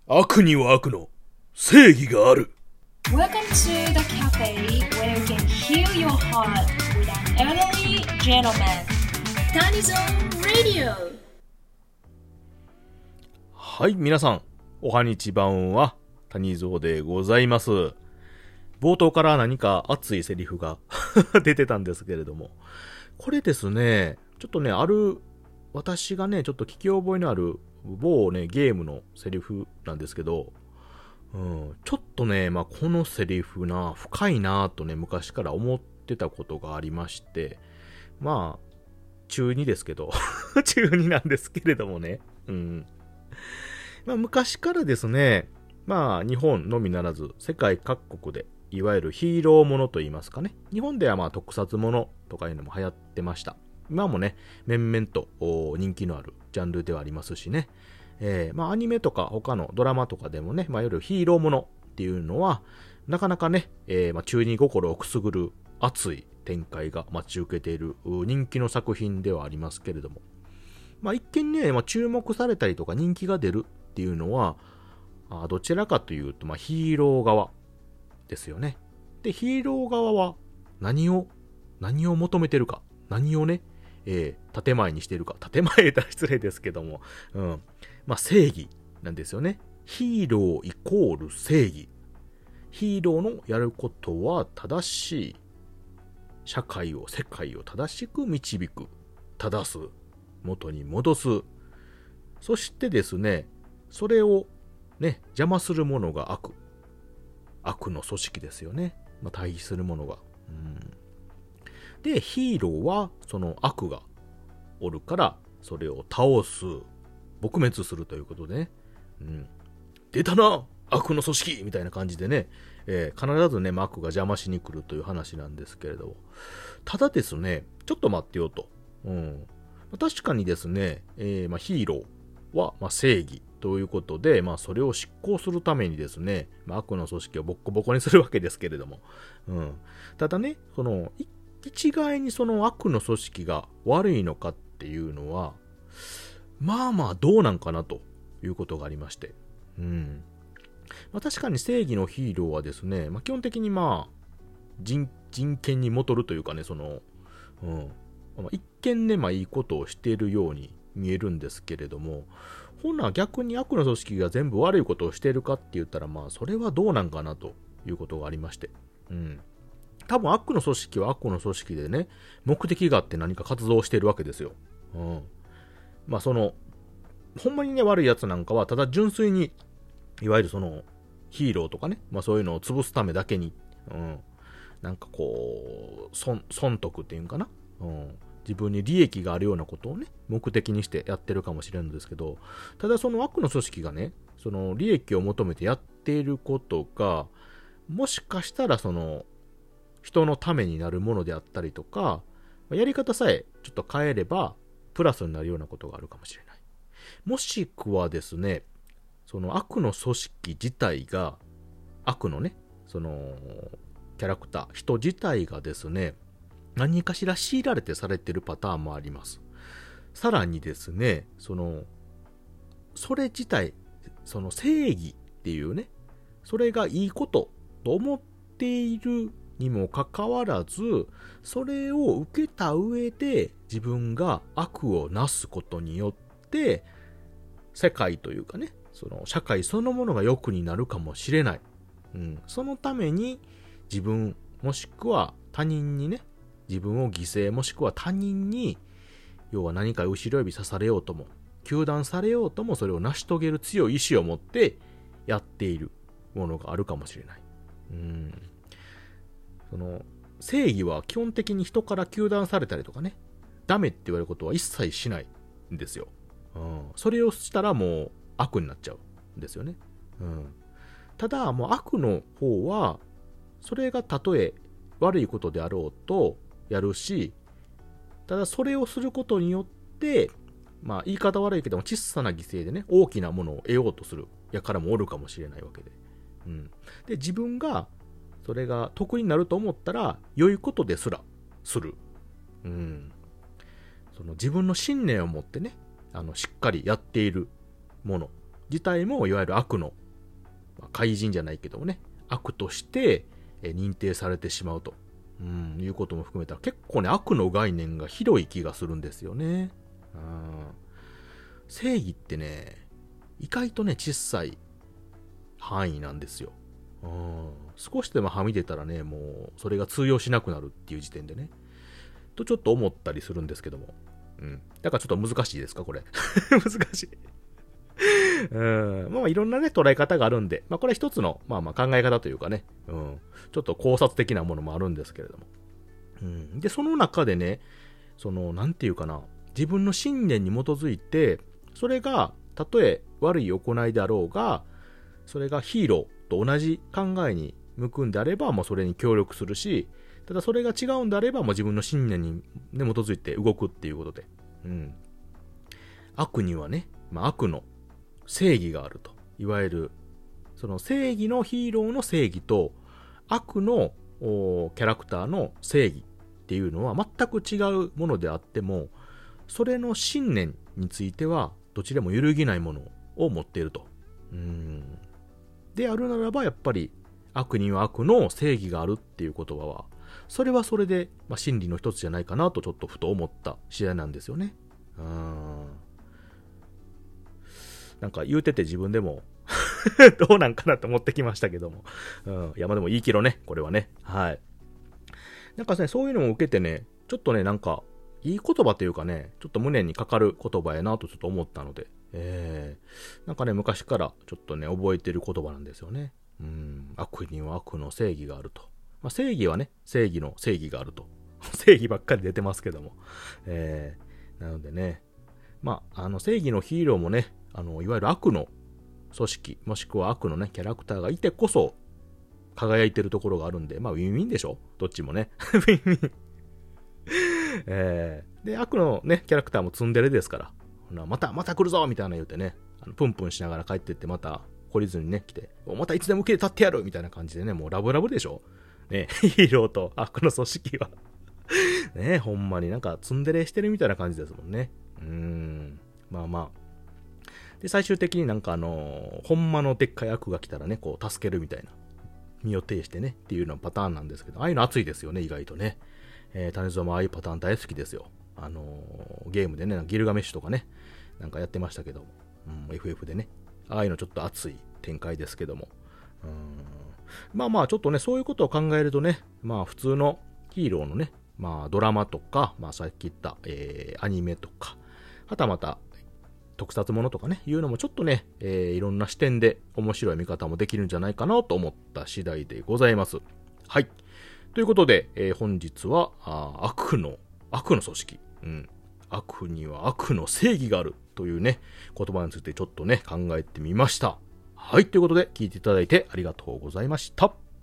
悪には悪の正義がある。 Welcome to the cafe where you can heal your heart with an elderly gentleman. Tanizon Radio. はい、皆さんおはにちばんは谷蔵でございます。冒頭から何か熱いセリフが出てたんですけれども、これですね、ちょっとね、私がねちょっと聞き覚えのある某ねゲームのセリフなんですけど、ちょっとね、このセリフ深いなとね昔から思ってたことがありまして、中2ですけど中2なんですけれどもね、昔からですね、日本のみならず世界各国でいわゆるヒーローものと言いますかね、日本では特撮ものとかいうのも流行ってました。今もね面々と人気のあるジャンルではありますしね、アニメとか他のドラマとかでもね、いわゆるヒーローものっていうのはなかなかね、中二心をくすぐる熱い展開が待ち受けている人気の作品ではありますけれども、一見ね、注目されたりとか人気が出るっていうのはどちらかというと、ヒーロー側ですよね。で、ヒーロー側は何を求めてるか、何をね、建前にしてるか、建前だ失礼ですけども、正義なんですよね。ヒーローイコール正義。ヒーローのやることは正しい。社会を、世界を正しく導く。正す。元に戻す。そしてですね、それをね、邪魔するものが悪。悪の組織ですよね。対比するものが。で、ヒーローはその悪がおるから、それを倒す。撲滅するということでね。出たな悪の組織みたいな感じでね、必ずね、悪が邪魔しに来るという話なんですけれど、ただですね、ちょっと待ってよと。確かにですね、ヒーローは正義ということで、それを執行するためにですね、悪の組織をボッコボコにするわけですけれども、ただね、その一概にその悪の組織が悪いのかっていうのは、どうなんかなということがありまして、確かに正義のヒーローはですね、基本的に人権に戻るというかね、一見ね、いいことをしているように見えるんですけれども、ほな逆に悪の組織が全部悪いことをしているかって言ったら、それはどうなんかなということがありまして、多分悪の組織は悪の組織でね、目的があって何か活動をしているわけですよ。ほんまにね、悪いやつなんかはただ純粋にいわゆるそのヒーローとかね、そういうのを潰すためだけに、なんかこう損得っていうんかな、自分に利益があるようなことをね目的にしてやってるかもしれないんですけど、ただその悪の組織がね、その利益を求めてやっていることがもしかしたらその人のためになるものであったりとか、やり方さえちょっと変えればプラスになるようなことがあるかもしれない。もしくはですね、その悪の組織自体が、悪のね、そのキャラクター、人自体がですね、何かしら強いられてされてるパターンもあります。さらにですね、それ自体、その正義っていうね、それがいいことと思っているにもかかわらず、それを受けた上で自分が悪をなすことによって世界というかね、その社会そのものが良くになるかもしれない、そのために自分もしくは他人にね、自分を犠牲もしくは他人に、要は何か後ろ指さされようとも糾弾されようともそれを成し遂げる強い意志を持ってやっているものがあるかもしれない。その正義は基本的に人から糾弾されたりとかね、ダメって言われることは一切しないんですよ。それをしたらもう悪になっちゃうんですよね。ただもう悪の方はそれがたとえ悪いことであろうとやるし、ただそれをすることによって言い方悪いけども小さな犠牲でね大きなものを得ようとするやからもおるかもしれないわけで、で自分がそれが得になると思ったら良いことですらする。その自分の信念を持ってね、しっかりやっているもの、 自体もいわゆる悪の、怪人じゃないけどもね、悪として認定されてしまうと、いうことも含めたら結構ね、悪の概念が広い気がするんですよね。正義ってね、意外とね、小さい範囲なんですよ。少しでもはみ出たらね、もうそれが通用しなくなるっていう時点でね、とちょっと思ったりするんですけども。だからちょっと難しいですか、これ。難しい。まあいろんなね、捉え方があるんで、まあこれは一つの、考え方というかね、ちょっと考察的なものもあるんですけれども。で、その中でね、なんていうかな、自分の信念に基づいて、それが、たとえ悪い行いであろうが、それがヒーローと同じ考えに向くんであれば、もうそれに協力するし、ただそれが違うんであれば、もう自分の信念に、基づいて動くっていうことで。悪にはね、悪の正義があると。いわゆる、その正義のヒーローの正義と、悪のキャラクターの正義っていうのは全く違うものであっても、それの信念については、どちらも揺るぎないものを持っていると。であるならば、やっぱり、悪には悪の正義があるっていう言葉は、それはそれで、真理の一つじゃないかなとちょっとふと思った次第なんですよね。なんか言うてて自分でもどうなんかなと思ってきましたけども。いや、でもいいけどね、これはね。はい。なんかね、そういうのを受けてね、ちょっとね、なんか、いい言葉というかね、ちょっと胸にかかる言葉やなとちょっと思ったので、なんかね、昔からちょっとね、覚えてる言葉なんですよね。悪には悪の正義があると。正義はね、正義の正義があると。正義ばっかり出てますけども。なのでね、正義のヒーローもね、いわゆる悪の組織、もしくは悪のね、キャラクターがいてこそ、輝いてるところがあるんで、ウィンウィンでしょ？どっちもね。ウィンウィン。で、悪のね、キャラクターもツンデレですから、また来るぞみたいな言うてね、プンプンしながら帰ってって、また懲りずにね、来て、またいつでも受けて立ってやるみたいな感じでね、もうラブラブでしょ？ね、ヒーローと悪の組織は。ね、ほんまになんかツンデレしてるみたいな感じですもんね。で、最終的になんかほんまのでっかい悪が来たらね、こう助けるみたいな。身を挺してね、っていうのパターンなんですけど、ああいうの熱いですよね、意外とね。種蔵もああいうパターン大好きですよ。ゲームでね、ギルガメッシュとかね、なんかやってましたけど、FF でね、ああいうのちょっと熱い展開ですけども。ちょっとね、そういうことを考えるとね、普通のヒーローのね、ドラマとか、さっき言った、アニメとか、はたまた特撮ものとかね、いうのもちょっとね、いろんな視点で面白い見方もできるんじゃないかなと思った次第でございます。はい。ということで、本日は悪の組織、悪には悪の正義があるというね、言葉についてちょっとね、考えてみました。はい。ということで、聞いていただいてありがとうございました。